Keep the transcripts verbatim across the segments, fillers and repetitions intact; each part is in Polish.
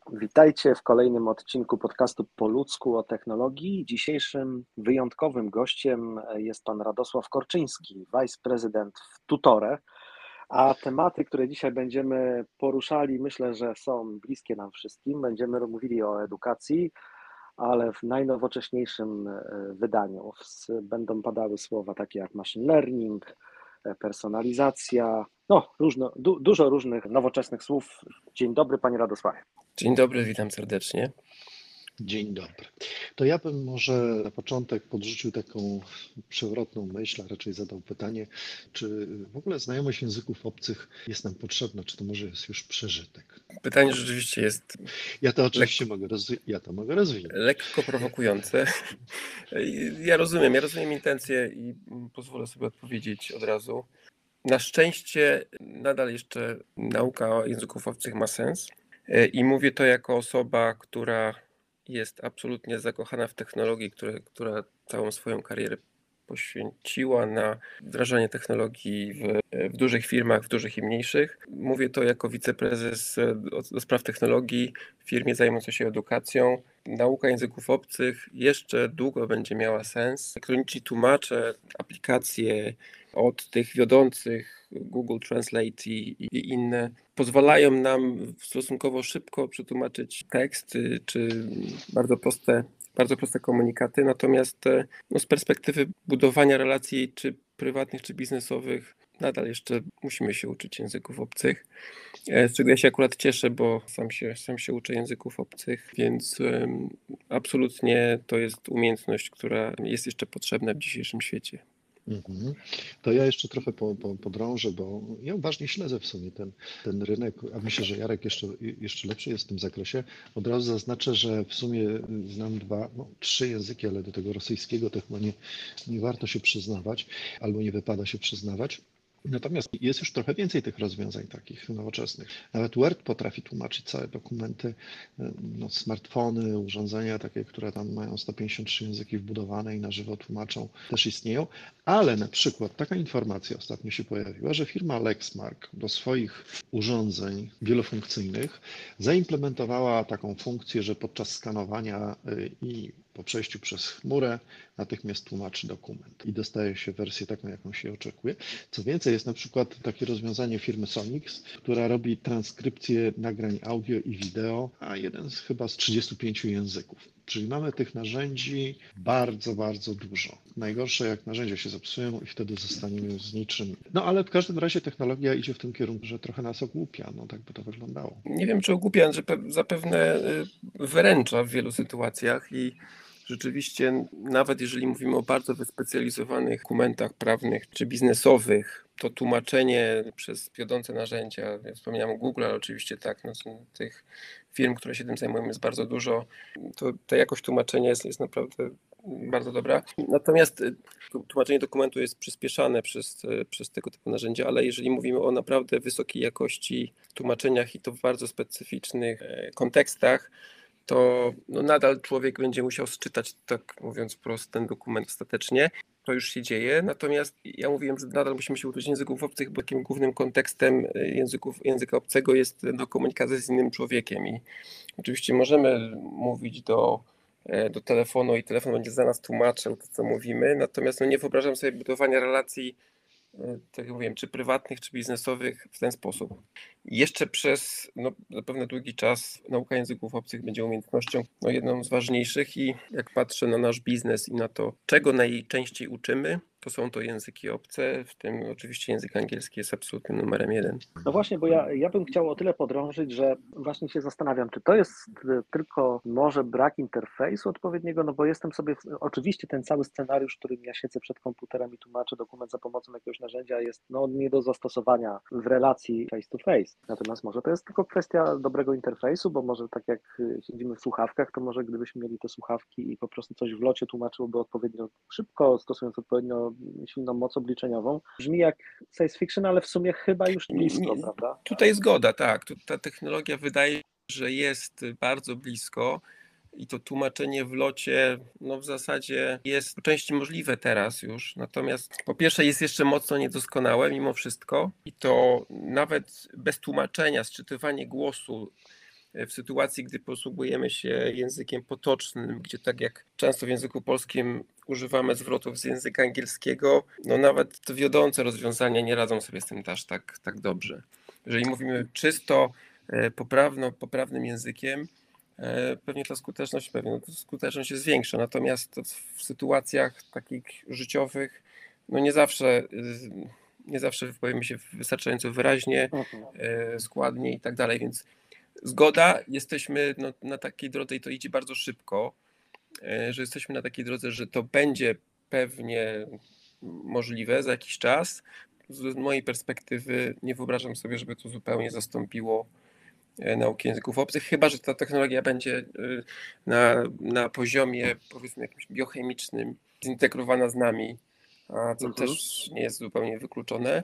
Witajcie w kolejnym odcinku podcastu Po ludzku o technologii. Dzisiejszym wyjątkowym gościem jest pan Radosław Korczyński, wiceprezydent w Tutore, a tematy, które dzisiaj będziemy poruszali, myślę, że są bliskie nam wszystkim. Będziemy mówili o edukacji, ale w najnowocześniejszym wydaniu. Będą padały słowa takie jak machine learning, personalizacja, no różno, du, dużo różnych nowoczesnych słów. Dzień dobry, panie Radosławie. Dzień dobry, witam serdecznie. Dzień dobry. To ja bym może na początek podrzucił taką przewrotną myśl, a raczej zadał pytanie, czy w ogóle znajomość języków obcych jest nam potrzebna, czy to może jest już przeżytek? Pytanie rzeczywiście jest. Ja to oczywiście lekko, mogę, rozwi- ja to mogę rozwinąć. Lekko prowokujące. Ja rozumiem, ja rozumiem intencje i pozwolę sobie odpowiedzieć od razu. Na szczęście nadal jeszcze nauka języków obcych ma sens i mówię to jako osoba, która jest absolutnie zakochana w technologii, które, która całą swoją karierę poświęciła na wdrażanie technologii w, w dużych firmach, w dużych i mniejszych. Mówię to jako wiceprezes do, do spraw technologii w firmie zajmującej się edukacją. Nauka języków obcych jeszcze długo będzie miała sens. Elektroniczni tłumacze, aplikacje od tych wiodących, Google Translate i, i inne, pozwalają nam stosunkowo szybko przetłumaczyć teksty czy bardzo proste bardzo proste komunikaty, natomiast no, z perspektywy budowania relacji czy prywatnych, czy biznesowych nadal jeszcze musimy się uczyć języków obcych, z czego ja się akurat cieszę, bo sam się, sam się uczę języków obcych, więc um, absolutnie to jest umiejętność, która jest jeszcze potrzebna w dzisiejszym świecie. Mhm. To ja jeszcze trochę po, po, podrążę, bo ja uważnie śledzę w sumie ten, ten rynek, a myślę, że Jarek jeszcze, jeszcze lepszy jest w tym zakresie. Od razu zaznaczę, że w sumie znam dwa, no, trzy języki, ale do tego rosyjskiego to chyba nie, nie warto się przyznawać, albo nie wypada się przyznawać. Natomiast jest już trochę więcej tych rozwiązań takich nowoczesnych. Nawet Word potrafi tłumaczyć całe dokumenty, no, smartfony, urządzenia takie, które tam mają sto pięćdziesiąt trzy języki wbudowane i na żywo tłumaczą, też istnieją. Ale na przykład taka informacja ostatnio się pojawiła, że firma Lexmark do swoich urządzeń wielofunkcyjnych zaimplementowała taką funkcję, że podczas skanowania i po przejściu przez chmurę natychmiast tłumaczy dokument i dostaje się wersję taką, jaką się oczekuje. Co więcej, jest na przykład takie rozwiązanie firmy Sonix, która robi transkrypcję nagrań audio i wideo, a jeden z chyba z trzydziestu pięciu języków. Czyli mamy tych narzędzi bardzo, bardzo dużo. Najgorsze, jak narzędzia się zepsują i wtedy zostaniemy z niczym. No ale w każdym razie technologia idzie w tym kierunku, że trochę nas ogłupia, no tak by to wyglądało. Nie wiem, czy ogłupia, że zapewne wyręcza w wielu sytuacjach i rzeczywiście, nawet jeżeli mówimy o bardzo wyspecjalizowanych dokumentach prawnych czy biznesowych, to tłumaczenie przez wiodące narzędzia, ja wspomniałem o Google, ale oczywiście tak, no, tych firm, które się tym zajmują, jest bardzo dużo, to ta jakość tłumaczenia jest, jest naprawdę bardzo dobra. Natomiast tłumaczenie dokumentu jest przyspieszane przez, przez tego typu narzędzia, ale jeżeli mówimy o naprawdę wysokiej jakości tłumaczeniach i to w bardzo specyficznych kontekstach, to no nadal człowiek będzie musiał sczytać, tak mówiąc wprost, ten dokument ostatecznie. To już się dzieje, natomiast ja mówiłem, że nadal musimy się uczyć języków obcych, bo takim głównym kontekstem języków, języka obcego jest no, komunikacja z innym człowiekiem i oczywiście możemy mówić do, do telefonu i telefon będzie za nas tłumaczył to, co mówimy, natomiast no, nie wyobrażam sobie budowania relacji, tak jak mówiłem, czy prywatnych, czy biznesowych w ten sposób. Jeszcze przez no, zapewne długi czas nauka języków obcych będzie umiejętnością no, jedną z ważniejszych i jak patrzę na nasz biznes i na to, czego najczęściej uczymy, to są to języki obce, w tym oczywiście język angielski jest absolutnym numerem jeden. No właśnie, bo ja, ja bym chciał o tyle podrążyć, że właśnie się zastanawiam, czy to jest tylko może brak interfejsu odpowiedniego, no bo jestem sobie, oczywiście ten cały scenariusz, w którym ja siedzę przed komputerem i tłumaczę dokument za pomocą jakiegoś narzędzia jest no, nie do zastosowania w relacji face to face. Natomiast może to jest tylko kwestia dobrego interfejsu, bo może tak jak siedzimy w słuchawkach, to może gdybyśmy mieli te słuchawki i po prostu coś w locie tłumaczyłoby odpowiednio szybko, stosując odpowiednio silną moc obliczeniową. Brzmi jak science fiction, ale w sumie chyba już blisko, Nie, prawda? Tutaj zgoda, tak. Tu ta technologia wydaje się, że jest bardzo blisko i to tłumaczenie w locie no w zasadzie jest w części możliwe teraz już. Natomiast po pierwsze jest jeszcze mocno niedoskonałe mimo wszystko i to nawet bez tłumaczenia, sczytywanie głosu w sytuacji, gdy posługujemy się językiem potocznym, gdzie tak jak często w języku polskim używamy zwrotów z języka angielskiego, no nawet te wiodące rozwiązania nie radzą sobie z tym aż tak, tak dobrze. Jeżeli mówimy czysto poprawno, poprawnym językiem, pewnie ta skuteczność, pewnie no, ta skuteczność jest większa, natomiast w sytuacjach takich życiowych, no nie zawsze, nie zawsze wypowiemy się wystarczająco wyraźnie, mhm. składnie i tak dalej, więc zgoda, jesteśmy no, na takiej drodze i to idzie bardzo szybko, że jesteśmy na takiej drodze, że to będzie pewnie możliwe za jakiś czas. Z mojej perspektywy nie wyobrażam sobie, żeby to zupełnie zastąpiło nauki języków obcych, chyba że ta technologia będzie na, na poziomie powiedzmy jakimś biochemicznym zintegrowana z nami, a co mhm. też nie jest zupełnie wykluczone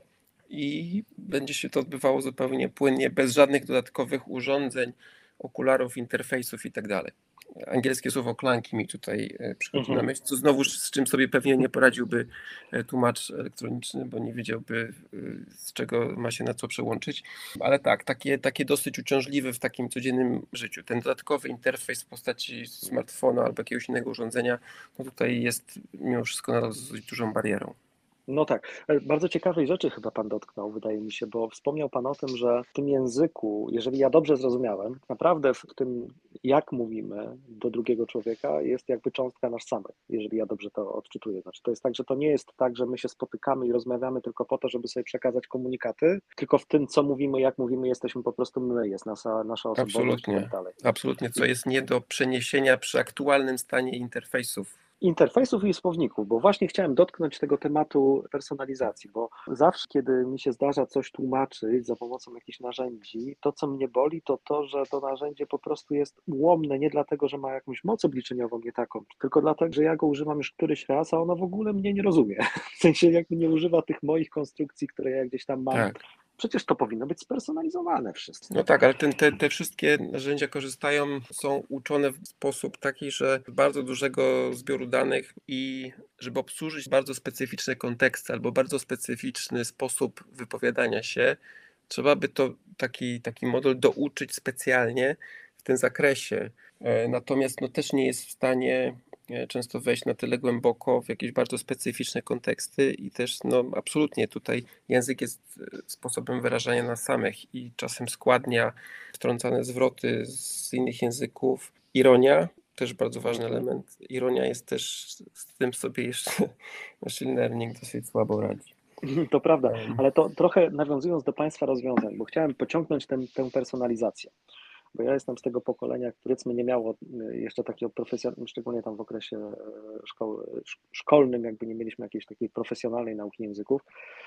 i będzie się to odbywało zupełnie płynnie, bez żadnych dodatkowych urządzeń, okularów, interfejsów i tak dalej. Angielskie słowo clunky mi tutaj przychodzi mhm. na myśl, co znowu z czym sobie pewnie nie poradziłby tłumacz elektroniczny, bo nie wiedziałby, z czego ma się na co przełączyć. Ale tak, takie, takie dosyć uciążliwe w takim codziennym życiu. Ten dodatkowy interfejs w postaci smartfona albo jakiegoś innego urządzenia, no tutaj jest mimo wszystko nadal dosyć dużą barierą. No tak, bardzo ciekawej rzeczy chyba Pan dotknął, wydaje mi się, bo wspomniał Pan o tym, że w tym języku, jeżeli ja dobrze zrozumiałem, naprawdę w tym, jak mówimy do drugiego człowieka, jest jakby cząstka nas samych, jeżeli ja dobrze to odczytuję. Znaczy, to jest tak, że to nie jest tak, że my się spotykamy i rozmawiamy tylko po to, żeby sobie przekazać komunikaty, tylko w tym, co mówimy, jak mówimy, jesteśmy po prostu my, jest nasza, nasza osobowość. Absolutnie, i tak dalej. Absolutnie, co jest nie do przeniesienia przy aktualnym stanie interfejsów. Interfejsów i słowników, bo właśnie chciałem dotknąć tego tematu personalizacji, bo zawsze, kiedy mi się zdarza coś tłumaczyć za pomocą jakichś narzędzi, to co mnie boli, to to, że to narzędzie po prostu jest ułomne, nie dlatego, że ma jakąś moc obliczeniową, nie taką, tylko dlatego, że ja go używam już któryś raz, a ono w ogóle mnie nie rozumie. W sensie jakby nie używa tych moich konstrukcji, które ja gdzieś tam mam. Tak. Przecież to powinno być spersonalizowane wszystko. No tak, ale ten, te, te wszystkie narzędzia korzystają, są uczone w sposób taki, że z bardzo dużego zbioru danych i żeby obsłużyć bardzo specyficzne konteksty albo bardzo specyficzny sposób wypowiadania się, trzeba by to taki, taki model douczyć specjalnie w tym zakresie. Natomiast no, też nie jest w stanie często wejść na tyle głęboko w jakieś bardzo specyficzne konteksty i też no absolutnie tutaj język jest sposobem wyrażania nas samych i czasem składnia, wtrącane zwroty z innych języków. Ironia, też bardzo ważny element. Ironia jest też, z tym sobie jeszcze machine learning dosyć słabo radzi. To prawda, ale to trochę nawiązując do Państwa rozwiązań, bo chciałem pociągnąć ten, tę personalizację. Bo ja jestem z tego pokolenia, które nie miało jeszcze takiego profesjonalnego, szczególnie tam w okresie szkoły, szkolnym, jakby nie mieliśmy jakiejś takiej profesjonalnej nauki języków.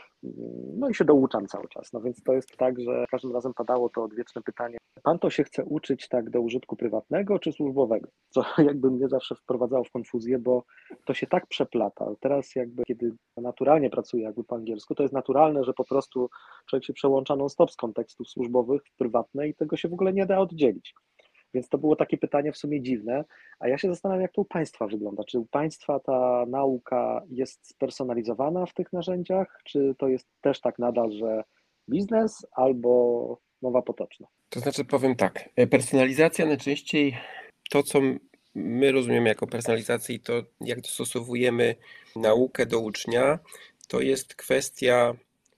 No i się douczam cały czas. No więc to jest tak, że każdym razem padało to odwieczne pytanie, Pan to się chce uczyć tak do użytku prywatnego czy służbowego? Co jakby mnie zawsze wprowadzało w konfuzję, bo to się tak przeplata. Teraz jakby kiedy naturalnie pracuję jakby po angielsku, to jest naturalne, że po prostu człowiek się przełącza non-stop z kontekstów służbowych w prywatne i tego się w ogóle nie da oddzielić. Więc to było takie pytanie w sumie dziwne, a ja się zastanawiam, jak to u Państwa wygląda. Czy u Państwa ta nauka jest spersonalizowana w tych narzędziach, czy to jest też tak nadal, że biznes albo mowa potoczna? To znaczy powiem tak, personalizacja najczęściej to, co my rozumiemy jako personalizację i to, jak dostosowujemy naukę do ucznia, to jest kwestia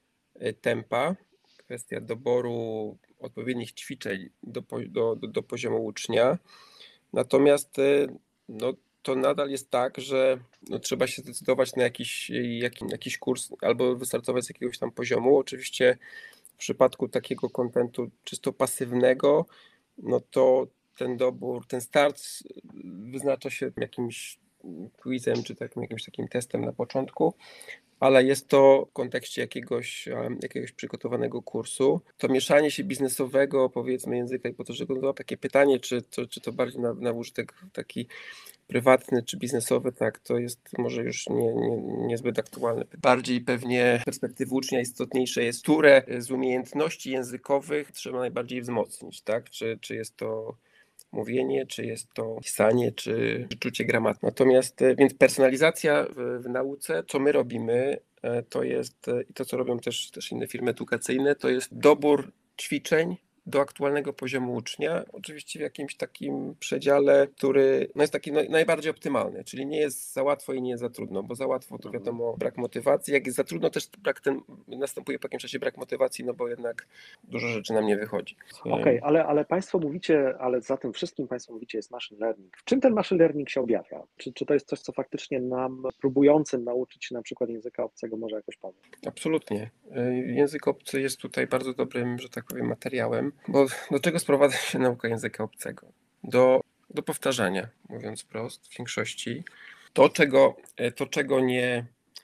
tempa, kwestia doboru odpowiednich ćwiczeń do, do, do, do poziomu ucznia. Natomiast no, to nadal jest tak, że no, trzeba się zdecydować na jakiś, jakiś, jakiś kurs albo wystartować z jakiegoś tam poziomu. Oczywiście w przypadku takiego kontentu czysto pasywnego, no to ten dobór, ten start wyznacza się jakimś quizem czy takim, jakimś takim testem na początku, ale jest to w kontekście jakiegoś, jakiegoś przygotowanego kursu. To mieszanie się biznesowego, powiedzmy, języka i potocznego, no, takie pytanie, czy to, czy to bardziej na, na użytek taki prywatny czy biznesowy, tak, to jest może już nie, nie, niezbyt aktualne. Bardziej pewnie z perspektywy ucznia istotniejsze jest, które z umiejętności językowych trzeba najbardziej wzmocnić, tak, czy, czy jest to mówienie, czy jest to pisanie, czy czucie gramatyki. Natomiast, więc personalizacja w, w nauce, co my robimy, to jest, i to co robią też, też inne firmy edukacyjne, to jest dobór ćwiczeń do aktualnego poziomu ucznia, oczywiście w jakimś takim przedziale, który no jest taki naj, najbardziej optymalny, czyli nie jest za łatwo i nie jest za trudno, bo za łatwo to wiadomo brak motywacji, jak jest za trudno też brak ten, następuje po jakimś czasie brak motywacji, no bo jednak dużo rzeczy nam nie wychodzi. Okej, okay, ale, ale Państwo mówicie, ale za tym wszystkim Państwo mówicie jest machine learning. W czym ten machine learning się objawia? Czy, czy to jest coś, co faktycznie nam próbującym nauczyć się na przykład języka obcego może jakoś pomóc? Absolutnie. Język obcy jest tutaj bardzo dobrym, że tak powiem, materiałem, bo do czego sprowadza się nauka języka obcego? Do, do powtarzania, mówiąc wprost, w większości. To, czego, to, czego nie,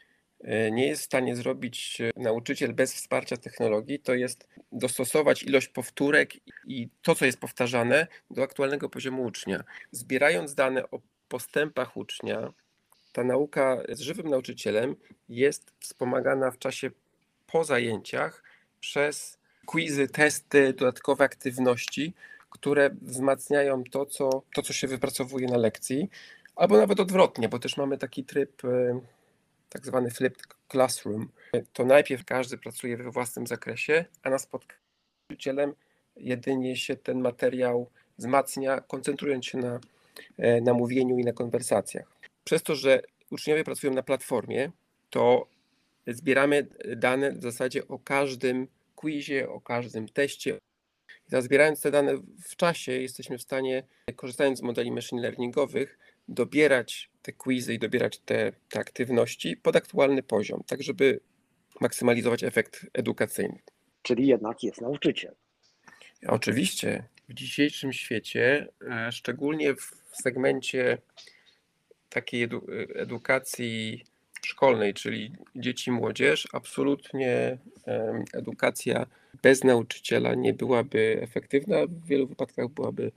nie jest w stanie zrobić nauczyciel bez wsparcia technologii, to jest dostosować ilość powtórek i to, co jest powtarzane, do aktualnego poziomu ucznia. Zbierając dane o postępach ucznia, ta nauka z żywym nauczycielem jest wspomagana w czasie po zajęciach przez quizy, testy, dodatkowe aktywności, które wzmacniają to, co, to, co się wypracowuje na lekcji, albo nawet odwrotnie, bo też mamy taki tryb tak zwany flipped classroom. To najpierw każdy pracuje we własnym zakresie, a na spotkaniu z nauczycielem jedynie się ten materiał wzmacnia, koncentrując się na, na mówieniu i na konwersacjach. Przez to, że uczniowie pracują na platformie, to zbieramy dane w zasadzie o każdym quizie, o każdym teście. I zbierając te dane w czasie, jesteśmy w stanie, korzystając z modeli machine learningowych, dobierać te quizy i dobierać te, te aktywności pod aktualny poziom, tak żeby maksymalizować efekt edukacyjny. Czyli jednak jest nauczyciel. Oczywiście w dzisiejszym świecie, szczególnie w segmencie takiej edu- edukacji szkolnej, czyli dzieci i młodzież, absolutnie edukacja bez nauczyciela nie byłaby efektywna, w wielu wypadkach byłaby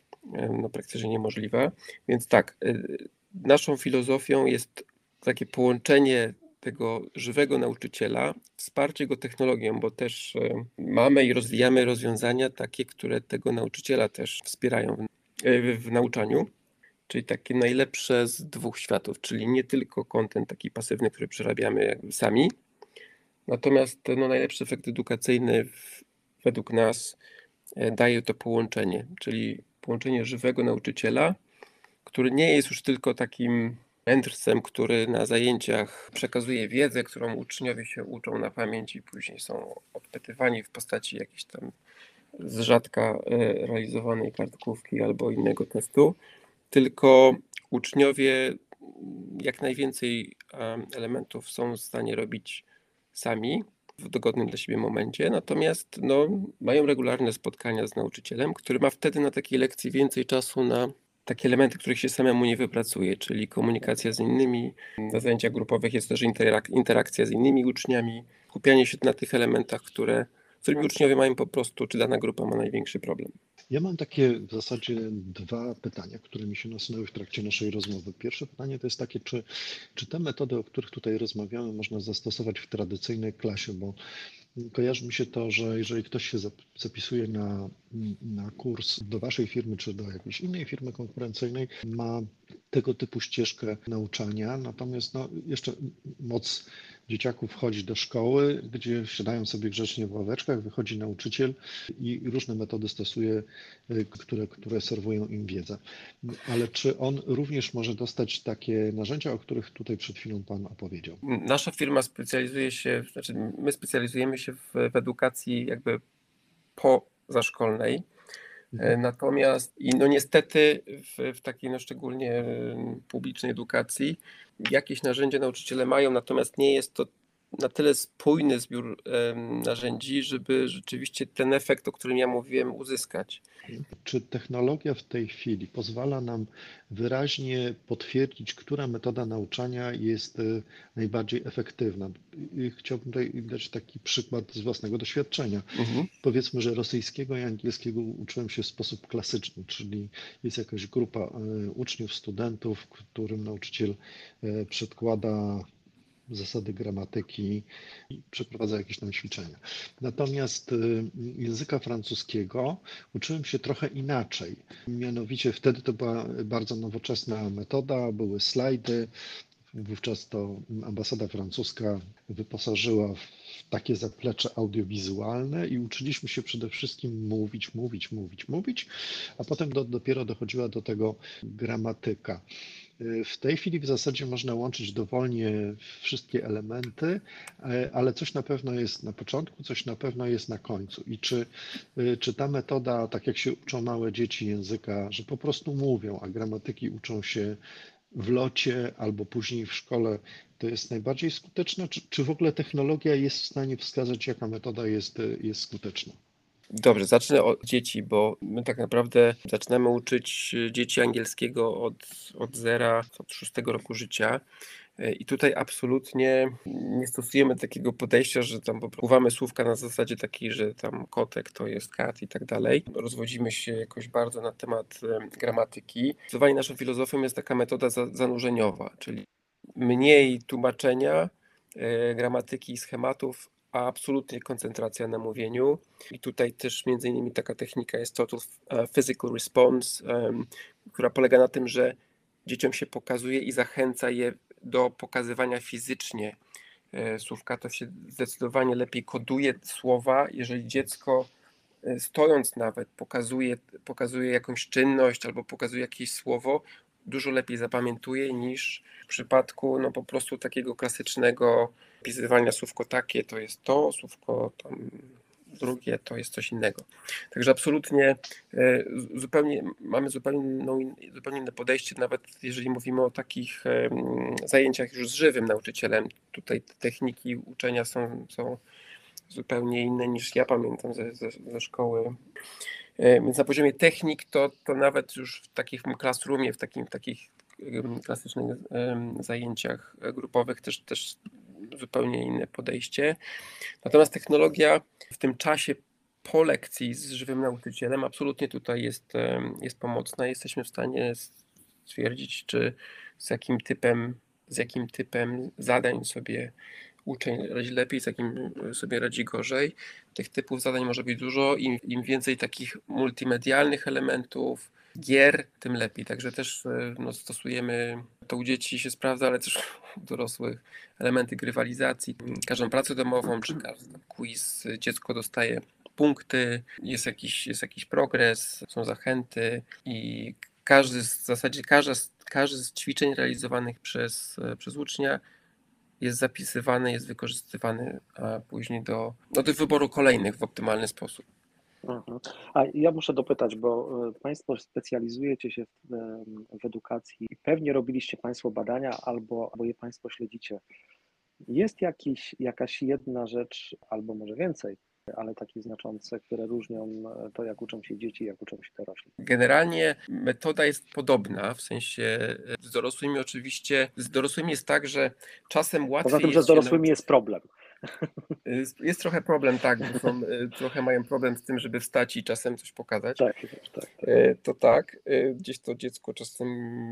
no, praktycznie niemożliwa. Więc tak, naszą filozofią jest takie połączenie tego żywego nauczyciela, wsparcie go technologią, bo też mamy i rozwijamy rozwiązania takie, które tego nauczyciela też wspierają w, w nauczaniu. Czyli takie najlepsze z dwóch światów, czyli nie tylko content taki pasywny, który przerabiamy jakby sami, natomiast no, najlepszy efekt edukacyjny w, według nas daje to połączenie, czyli połączenie żywego nauczyciela, który nie jest już tylko takim mędrcem, który na zajęciach przekazuje wiedzę, którą uczniowie się uczą na pamięć i później są odpytywani w postaci jakiejś tam z rzadka realizowanej kartkówki albo innego testu, tylko uczniowie jak najwięcej elementów są w stanie robić sami w dogodnym dla siebie momencie, natomiast no, mają regularne spotkania z nauczycielem, który ma wtedy na takiej lekcji więcej czasu na takie elementy, których się samemu nie wypracuje, czyli komunikacja z innymi. Na zajęciach grupowych jest też interak- interakcja z innymi uczniami, skupianie się na tych elementach, które, z którymi uczniowie mają po prostu, czy dana grupa ma największy problem. Ja mam takie w zasadzie dwa pytania, które mi się nasunęły w trakcie naszej rozmowy. Pierwsze pytanie to jest takie, czy, czy te metody, o których tutaj rozmawiamy, można zastosować w tradycyjnej klasie, bo kojarzy mi się to, że jeżeli ktoś się zapisuje na, na kurs do waszej firmy czy do jakiejś innej firmy konkurencyjnej, ma tego typu ścieżkę nauczania, natomiast no, jeszcze moc dzieciaków wchodzi do szkoły, gdzie siadają sobie grzecznie w ławeczkach, wychodzi nauczyciel i różne metody stosuje, które, które serwują im wiedzę. Ale czy on również może dostać takie narzędzia, o których tutaj przed chwilą Pan opowiedział? Nasza firma specjalizuje się, znaczy my specjalizujemy się w, w edukacji jakby pozaszkolnej. Mhm. Natomiast i no niestety w, w takiej no szczególnie publicznej edukacji jakieś narzędzia nauczyciele mają, natomiast nie jest to na tyle spójny zbiór um, narzędzi, żeby rzeczywiście ten efekt, o którym ja mówiłem, uzyskać. Czy technologia w tej chwili pozwala nam wyraźnie potwierdzić, która metoda nauczania jest najbardziej efektywna? Chciałbym tutaj dać taki przykład z własnego doświadczenia. Mhm. Powiedzmy, że rosyjskiego i angielskiego uczyłem się w sposób klasyczny, czyli jest jakaś grupa uczniów, studentów, którym nauczyciel przedkłada zasady gramatyki i przeprowadza jakieś tam ćwiczenia. Natomiast języka francuskiego uczyłem się trochę inaczej. Mianowicie wtedy to była bardzo nowoczesna metoda, były slajdy. Wówczas to ambasada francuska wyposażyła w takie zaplecze audiowizualne i uczyliśmy się przede wszystkim mówić, mówić, mówić, mówić, a potem do, dopiero dochodziła do tego gramatyka. W tej chwili w zasadzie można łączyć dowolnie wszystkie elementy, ale coś na pewno jest na początku, coś na pewno jest na końcu. I czy, czy ta metoda, tak jak się uczą małe dzieci języka, że po prostu mówią, a gramatyki uczą się w locie albo później w szkole, to jest najbardziej skuteczna? Czy, czy w ogóle technologia jest w stanie wskazać, jaka metoda jest, jest skuteczna? Dobrze, zacznę od dzieci, bo my tak naprawdę zaczynamy uczyć dzieci angielskiego od, od zera, od szóstego roku życia. I tutaj absolutnie nie stosujemy takiego podejścia, że tam popróbujemy słówka na zasadzie takiej, że tam kotek to jest kat i tak dalej. Rozwodzimy się jakoś bardzo na temat gramatyki. Zdecydowanie naszą filozofią jest taka metoda zanurzeniowa, czyli mniej tłumaczenia gramatyki i schematów, a absolutnie koncentracja na mówieniu. I tutaj też między innymi taka technika jest Total Physical Response, która polega na tym, że dzieciom się pokazuje i zachęca je do pokazywania fizycznie słówka. To się zdecydowanie lepiej koduje słowa, jeżeli dziecko stojąc nawet pokazuje, pokazuje jakąś czynność albo pokazuje jakieś słowo, dużo lepiej zapamiętuje niż w przypadku no po prostu takiego klasycznego opisywania słówko takie to jest to, słówko tam drugie to jest coś innego. Także absolutnie zupełnie mamy zupełnie, no, zupełnie inne podejście, nawet jeżeli mówimy o takich zajęciach już z żywym nauczycielem. Tutaj te techniki uczenia są, są zupełnie inne niż ja pamiętam ze, ze, ze szkoły. Więc na poziomie technik to, to nawet już w takim classroomie, w takim, takich klasycznych zajęciach grupowych też, też zupełnie inne podejście. Natomiast technologia w tym czasie po lekcji z żywym nauczycielem absolutnie tutaj jest, jest pomocna. Jesteśmy w stanie stwierdzić, czy z jakim typem, z jakim typem zadań sobie uczeń radzi lepiej, z jakim sobie radzi gorzej. Tych typów zadań może być dużo. Im, im więcej takich multimedialnych elementów, gier, tym lepiej. Także też no, stosujemy, to u dzieci się sprawdza, ale też u dorosłych, elementy grywalizacji. Każdą pracę domową, czy każdy quiz, dziecko dostaje punkty, jest jakiś, jest jakiś progres, są zachęty i każdy, w zasadzie każda, każdy z ćwiczeń realizowanych przez, przez ucznia jest zapisywany, jest wykorzystywany a później do, no, do wyboru kolejnych w optymalny sposób. Mhm. A ja muszę dopytać, bo Państwo specjalizujecie się w, w edukacji i pewnie robiliście Państwo badania albo, albo je Państwo śledzicie. Jest jakiś, jakaś jedna rzecz, albo może więcej, ale takie znaczące, które różnią to, jak uczą się dzieci, jak uczą się dorośli? Generalnie metoda jest podobna, w sensie z dorosłymi oczywiście, z dorosłymi jest tak, że czasem łatwiej Poza tym, że jest z dorosłymi nauczyć... jest problem. Jest trochę problem, tak, bo są, trochę mają problem z tym, żeby wstać i czasem coś pokazać. Tak, tak, tak. To tak, gdzieś to dziecko czasem,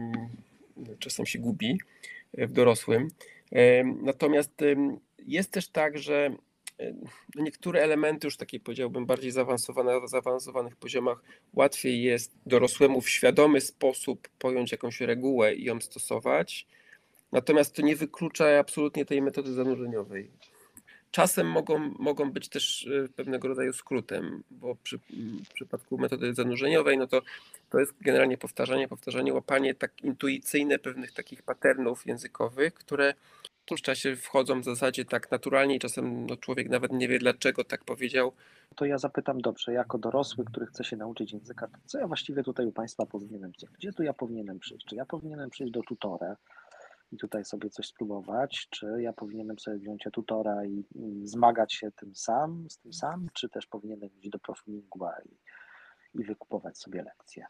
czasem się gubi w dorosłym. Natomiast jest też tak, że niektóre elementy już takie powiedziałbym bardziej zaawansowane, na zaawansowanych poziomach łatwiej jest dorosłemu w świadomy sposób pojąć jakąś regułę i ją stosować. Natomiast to nie wyklucza absolutnie tej metody zanurzeniowej. Czasem mogą, mogą być też pewnego rodzaju skrótem, bo przy, w przypadku metody zanurzeniowej, no to, to jest generalnie powtarzanie, powtarzanie, łapanie tak intuicyjne pewnych takich patternów językowych, które w tym czasie wchodzą w zasadzie tak naturalnie i czasem no, człowiek nawet nie wie, dlaczego tak powiedział. To ja zapytam, dobrze, jako dorosły, który chce się nauczyć języka, to co ja właściwie tutaj u Państwa powinienem chcieć? Gdzie tu ja powinienem przyjść? Czy ja powinienem przyjść do tutora i tutaj sobie coś spróbować, czy ja powinienem sobie wziąć tutora i zmagać się tym sam, z tym sam, czy też powinienem iść do Profilingua i, i wykupować sobie lekcje?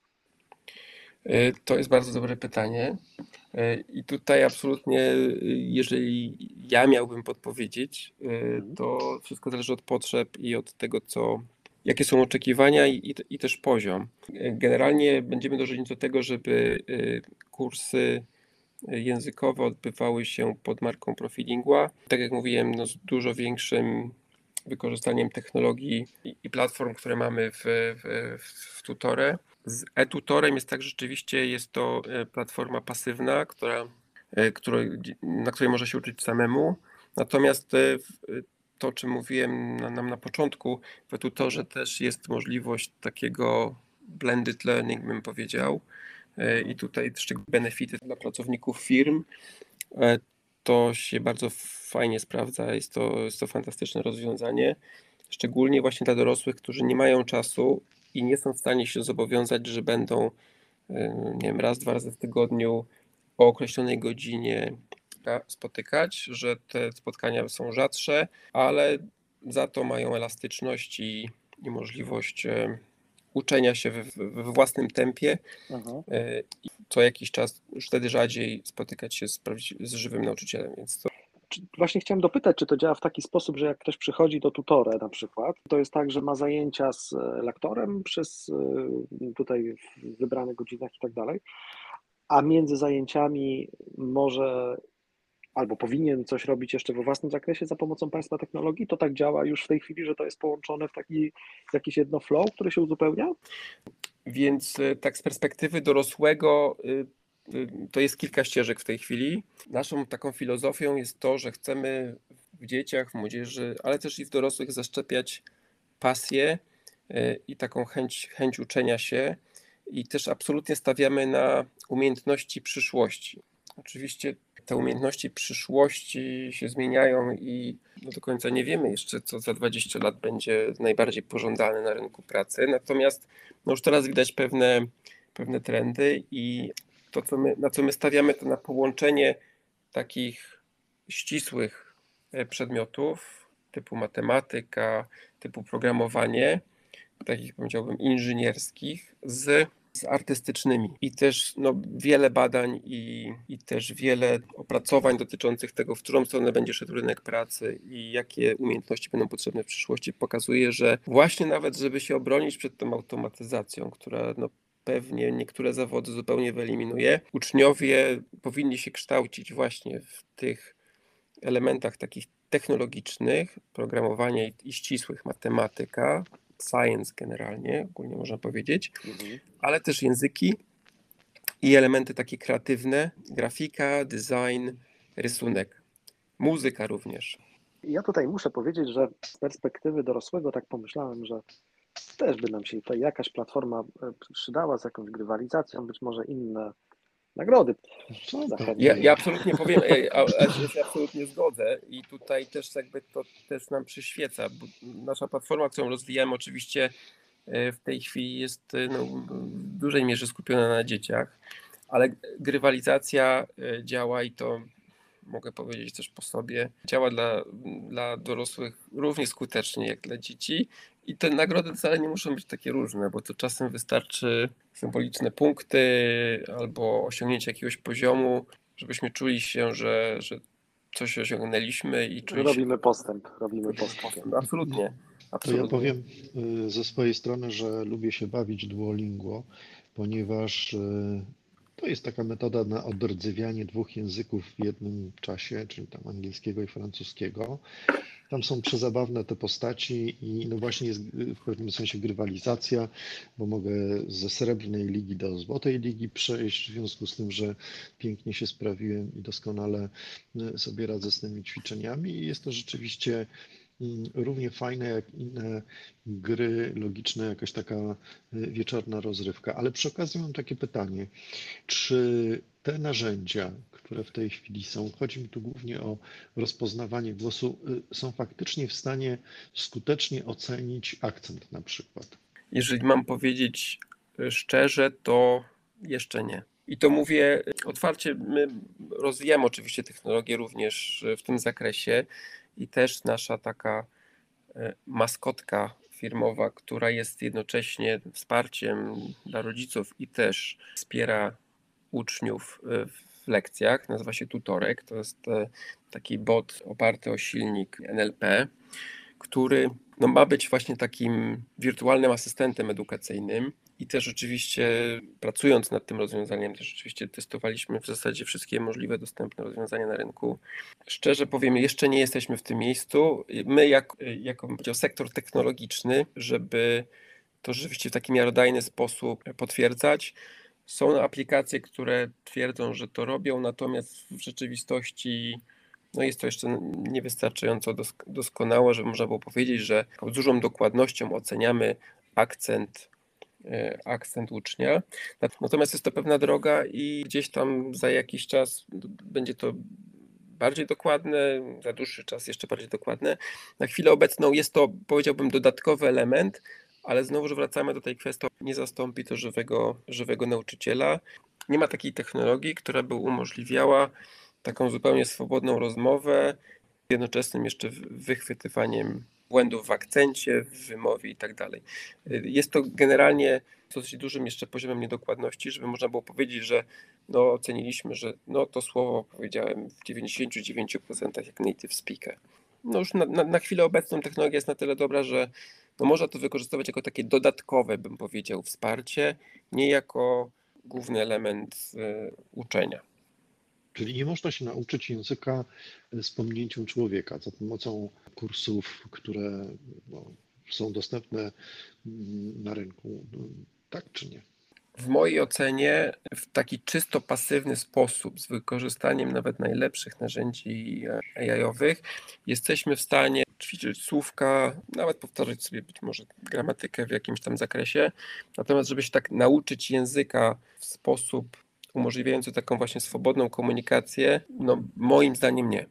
To jest bardzo dobre pytanie i tutaj absolutnie, jeżeli ja miałbym podpowiedzieć, to wszystko zależy od potrzeb i od tego, co, jakie są oczekiwania i, i też poziom. Generalnie będziemy dążyć do tego, żeby kursy językowe odbywały się pod marką Profilingua. Tak jak mówiłem, no z dużo większym wykorzystaniem technologii i, i platform, które mamy w, w, w Tutore. Z e-tutorem jest tak, rzeczywiście jest to platforma pasywna, która której, na której może się uczyć samemu. Natomiast to, o czym mówiłem nam na początku, w tutorze też jest możliwość takiego blended learning, bym powiedział. I tutaj szczególnie benefity dla pracowników firm. To się bardzo fajnie sprawdza, jest to, jest to fantastyczne rozwiązanie. Szczególnie właśnie dla dorosłych, którzy nie mają czasu i nie są w stanie się zobowiązać, że będą nie wiem, raz, dwa razy w tygodniu o określonej godzinie spotykać, że te spotkania są rzadsze, ale za to mają elastyczność i, i możliwość uczenia się we, we własnym tempie. Aha. I co jakiś czas, już wtedy rzadziej spotykać się z, z żywym nauczycielem. Więc to... Właśnie chciałem dopytać, czy to działa w taki sposób, że jak ktoś przychodzi do tutora na przykład, to jest tak, że ma zajęcia z lektorem przez tutaj w wybranych godzinach i tak dalej, a między zajęciami może albo powinien coś robić jeszcze we własnym zakresie za pomocą państwa technologii? To tak działa już w tej chwili, że to jest połączone w taki jakiś jedno flow, który się uzupełnia? Więc tak z perspektywy dorosłego to jest kilka ścieżek w tej chwili. Naszą taką filozofią jest to, że chcemy w dzieciach, w młodzieży, ale też i w dorosłych zaszczepiać pasję i taką chęć, chęć uczenia się i też absolutnie stawiamy na umiejętności przyszłości. Oczywiście te umiejętności przyszłości się zmieniają i no do końca nie wiemy jeszcze, co za dwadzieścia lat będzie najbardziej pożądane na rynku pracy. Natomiast no już teraz widać pewne, pewne trendy i to, co my, na co my stawiamy, to na połączenie takich ścisłych przedmiotów typu matematyka, typu programowanie, takich powiedziałbym inżynierskich z z artystycznymi i też no, wiele badań i, i też wiele opracowań dotyczących tego, w którą stronę będzie szedł rynek pracy i jakie umiejętności będą potrzebne w przyszłości, pokazuje, że właśnie nawet, żeby się obronić przed tą automatyzacją, która no, pewnie niektóre zawody zupełnie wyeliminuje, uczniowie powinni się kształcić właśnie w tych elementach takich technologicznych, programowania i, i ścisłych, matematyka, science generalnie, ogólnie można powiedzieć, mhm. ale też języki i elementy takie kreatywne, grafika, design, rysunek, muzyka również. Ja tutaj muszę powiedzieć, że z perspektywy dorosłego tak pomyślałem, że też by nam się tutaj jakaś platforma przydała z jakąś grywalizacją, być może inne nagrody. Ja, ja absolutnie powiem, ja, ja się absolutnie zgodzę i tutaj też jakby to też nam przyświeca. Bo nasza platforma, którą rozwijamy oczywiście w tej chwili jest no, w dużej mierze skupiona na dzieciach, ale grywalizacja działa i to mogę powiedzieć też po sobie, działa dla, dla dorosłych równie skutecznie jak dla dzieci i te nagrody wcale nie muszą być takie różne, bo to czasem wystarczy symboliczne punkty albo osiągnięcie jakiegoś poziomu, żebyśmy czuli się, że, że coś osiągnęliśmy i czuli robimy się... postęp, robimy postęp. Absolutnie. Absolutnie. To ja powiem ze swojej strony, że lubię się bawić Duolingo, ponieważ to jest taka metoda na odrdzewianie dwóch języków w jednym czasie, czyli tam angielskiego i francuskiego. Tam są przezabawne te postaci i no właśnie jest w pewnym sensie grywalizacja, bo mogę ze srebrnej ligi do złotej ligi przejść, w związku z tym, że pięknie się sprawiłem i doskonale sobie radzę z tymi ćwiczeniami i jest to rzeczywiście równie fajne jak inne gry logiczne, jakaś taka wieczorna rozrywka. Ale przy okazji mam takie pytanie, czy te narzędzia, które w tej chwili są, chodzi mi tu głównie o rozpoznawanie głosu, są faktycznie w stanie skutecznie ocenić akcent na przykład? Jeżeli mam powiedzieć szczerze, to jeszcze nie. I to mówię otwarcie, my rozwijamy oczywiście technologię również w tym zakresie i też nasza taka maskotka firmowa, która jest jednocześnie wsparciem dla rodziców i też wspiera uczniów w lekcjach, nazywa się Tutorek. To jest taki bot oparty o silnik N L P, który no, ma być właśnie takim wirtualnym asystentem edukacyjnym i też oczywiście pracując nad tym rozwiązaniem, też oczywiście testowaliśmy w zasadzie wszystkie możliwe dostępne rozwiązania na rynku. Szczerze powiem, jeszcze nie jesteśmy w tym miejscu. My jak, jako bym powiedział, sektor technologiczny, żeby to rzeczywiście w taki miarodajny sposób potwierdzać, Są aplikacje, które twierdzą, że to robią, natomiast w rzeczywistości no jest to jeszcze niewystarczająco dosk- doskonałe, żeby można było powiedzieć, że z dużą dokładnością oceniamy akcent, e, akcent ucznia. Natomiast jest to pewna droga i gdzieś tam za jakiś czas będzie to bardziej dokładne, za dłuższy czas jeszcze bardziej dokładne. Na chwilę obecną jest to, powiedziałbym, dodatkowy element, ale znowu wracamy do tej kwestii, nie zastąpi to żywego, żywego nauczyciela. Nie ma takiej technologii, która by umożliwiała taką zupełnie swobodną rozmowę, jednoczesnym jeszcze wychwytywaniem błędów w akcencie, w wymowie i tak dalej. Jest to generalnie dosyć dużym jeszcze poziomem niedokładności, żeby można było powiedzieć, że no, oceniliśmy, że no, to słowo powiedziałem w dziewięćdziesięciu dziewięciu procentach jak native speaker. No już na, na, na chwilę obecną technologia jest na tyle dobra, że no, można to wykorzystywać jako takie dodatkowe, bym powiedział, wsparcie, nie jako główny element y, uczenia. Czyli nie można się nauczyć języka z pominięciem człowieka za pomocą kursów, które no, są dostępne na rynku. Tak czy nie? W mojej ocenie w taki czysto pasywny sposób, z wykorzystaniem nawet najlepszych narzędzi A I-owych, jesteśmy w stanie ćwiczyć słówka, nawet powtarzać sobie być może gramatykę w jakimś tam zakresie. Natomiast żeby się tak nauczyć języka w sposób umożliwiający taką właśnie swobodną komunikację, no moim zdaniem nie.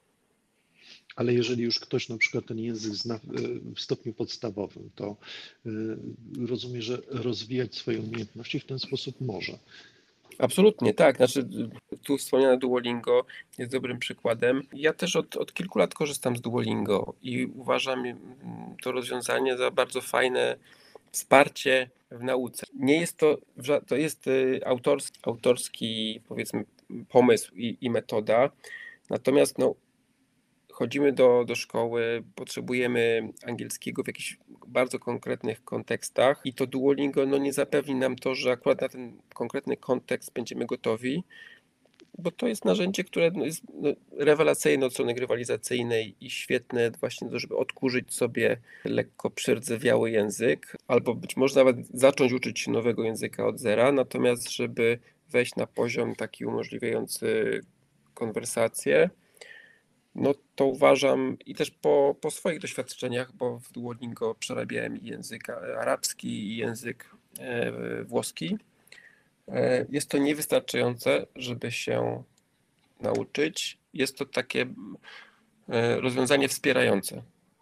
Ale jeżeli już ktoś na przykład ten język zna w stopniu podstawowym, to rozumie, że rozwijać swoje umiejętności w ten sposób może. Absolutnie, tak. Znaczy, tu wspomniane Duolingo jest dobrym przykładem. Ja też od, od kilku lat korzystam z Duolingo i uważam to rozwiązanie za bardzo fajne wsparcie w nauce. Nie jest to, to jest autorski, autorski powiedzmy pomysł i, i metoda, natomiast no, chodzimy do, do szkoły, potrzebujemy angielskiego w jakichś bardzo konkretnych kontekstach i to Duolingo no, nie zapewni nam to, że akurat na ten konkretny kontekst będziemy gotowi, bo to jest narzędzie, które no, jest no, rewelacyjne od strony grywalizacyjnej i świetne właśnie do, żeby odkurzyć sobie lekko przyrdzewiały język, albo być może nawet zacząć uczyć się nowego języka od zera, natomiast żeby wejść na poziom taki umożliwiający konwersację, no to uważam i też po, po swoich doświadczeniach, bo w Duolingo przerabiałem i język arabski i język e, włoski, e, jest to niewystarczające, żeby się nauczyć. Jest to takie e, rozwiązanie wspierające.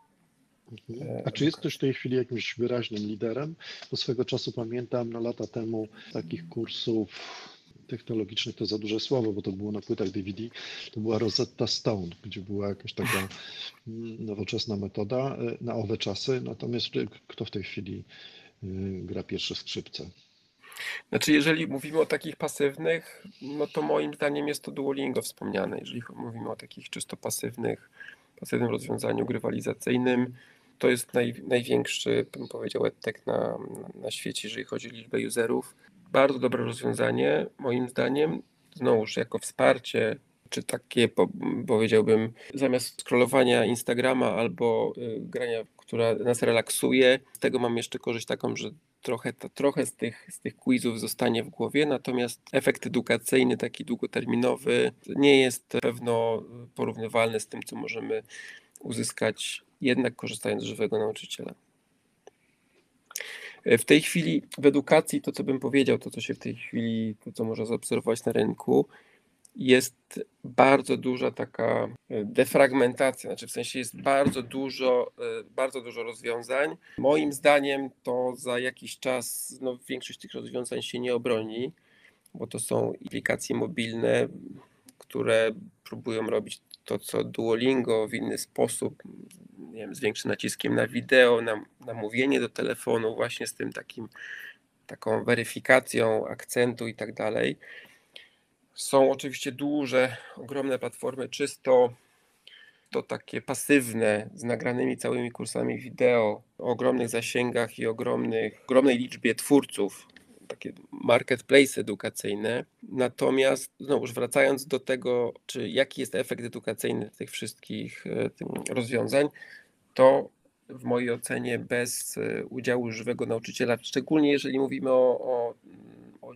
A czy jest ktoś w tej chwili jakimś wyraźnym liderem? Bo swego czasu pamiętam na lata temu takich kursów technologicznych, to za duże słowo, bo to było na płytach D V D, to była Rosetta Stone, gdzie była jakaś taka nowoczesna metoda na owe czasy, natomiast kto w tej chwili gra pierwsze skrzypce? Znaczy, jeżeli mówimy o takich pasywnych, no to moim zdaniem jest to Duolingo wspomniane. Jeżeli mówimy o takich czysto pasywnych, pasywnym rozwiązaniu grywalizacyjnym, to jest naj, największy, bym powiedział, edtech na, na świecie, jeżeli chodzi o liczbę userów. Bardzo dobre rozwiązanie, moim zdaniem, znowuż jako wsparcie, czy takie, powiedziałbym, zamiast scrollowania Instagrama albo y, grania, która nas relaksuje, z tego mam jeszcze korzyść taką, że trochę, to, trochę z tych, z tych quizów zostanie w głowie, natomiast efekt edukacyjny, taki długoterminowy, nie jest pewno porównywalny z tym, co możemy uzyskać jednak korzystając z żywego nauczyciela. W tej chwili w edukacji, to co bym powiedział, to co się w tej chwili, to co można zaobserwować na rynku, jest bardzo duża taka defragmentacja, znaczy w sensie jest bardzo dużo, bardzo dużo rozwiązań. Moim zdaniem to za jakiś czas no, większość tych rozwiązań się nie obroni, bo to są aplikacje mobilne, które próbują robić to, co Duolingo w inny sposób, nie wiem, z większym naciskiem na wideo, na, na mówienie do telefonu, właśnie z tym takim, taką weryfikacją akcentu i tak dalej. Są oczywiście duże, ogromne platformy, czysto to takie pasywne, z nagranymi całymi kursami wideo, o ogromnych zasięgach i ogromnych, ogromnej liczbie twórców, takie marketplace edukacyjne. Natomiast znowu wracając do tego, czy jaki jest efekt edukacyjny tych wszystkich tych rozwiązań, to w mojej ocenie bez udziału żywego nauczyciela, szczególnie jeżeli mówimy o, o, o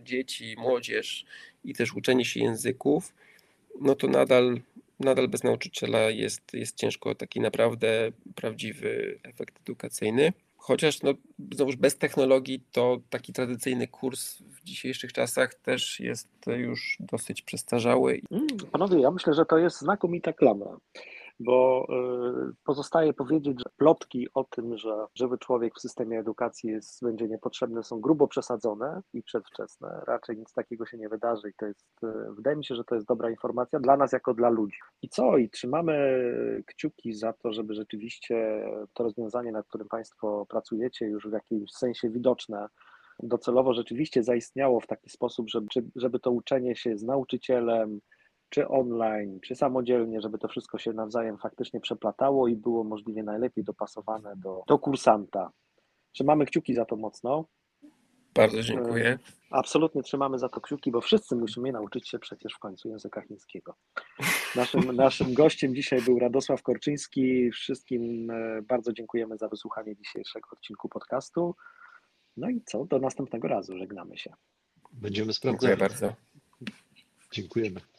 dzieci, młodzież i też uczenie się języków, no to nadal, nadal bez nauczyciela jest, jest ciężko o taki naprawdę prawdziwy efekt edukacyjny. Chociaż no, znowuż bez technologii to taki tradycyjny kurs w dzisiejszych czasach też jest już dosyć przestarzały. Mm, Panowie, ja myślę, że to jest znakomita klamra, bo y, pozostaje powiedzieć, że plotki o tym, że żywy człowiek w systemie edukacji jest, będzie niepotrzebny, są grubo przesadzone i przedwczesne. Raczej nic takiego się nie wydarzy i to jest, y, wydaje mi się, że to jest dobra informacja dla nas jako dla ludzi. I co? I trzymamy kciuki za to, żeby rzeczywiście to rozwiązanie, nad którym Państwo pracujecie, już w jakimś sensie widoczne, docelowo rzeczywiście zaistniało w taki sposób, żeby, żeby to uczenie się z nauczycielem, czy online, czy samodzielnie, żeby to wszystko się nawzajem faktycznie przeplatało i było możliwie najlepiej dopasowane do, do kursanta. Trzymamy kciuki za to mocno. Bardzo dziękuję. Absolutnie trzymamy za to kciuki, bo wszyscy musimy nauczyć się przecież w końcu języka chińskiego. Naszym, naszym gościem dzisiaj był Radosław Korczyński. Wszystkim bardzo dziękujemy za wysłuchanie dzisiejszego odcinku podcastu. No i co? Do następnego razu. Żegnamy się. Będziemy Dziękuję sprawdzać. bardzo. Dziękujemy.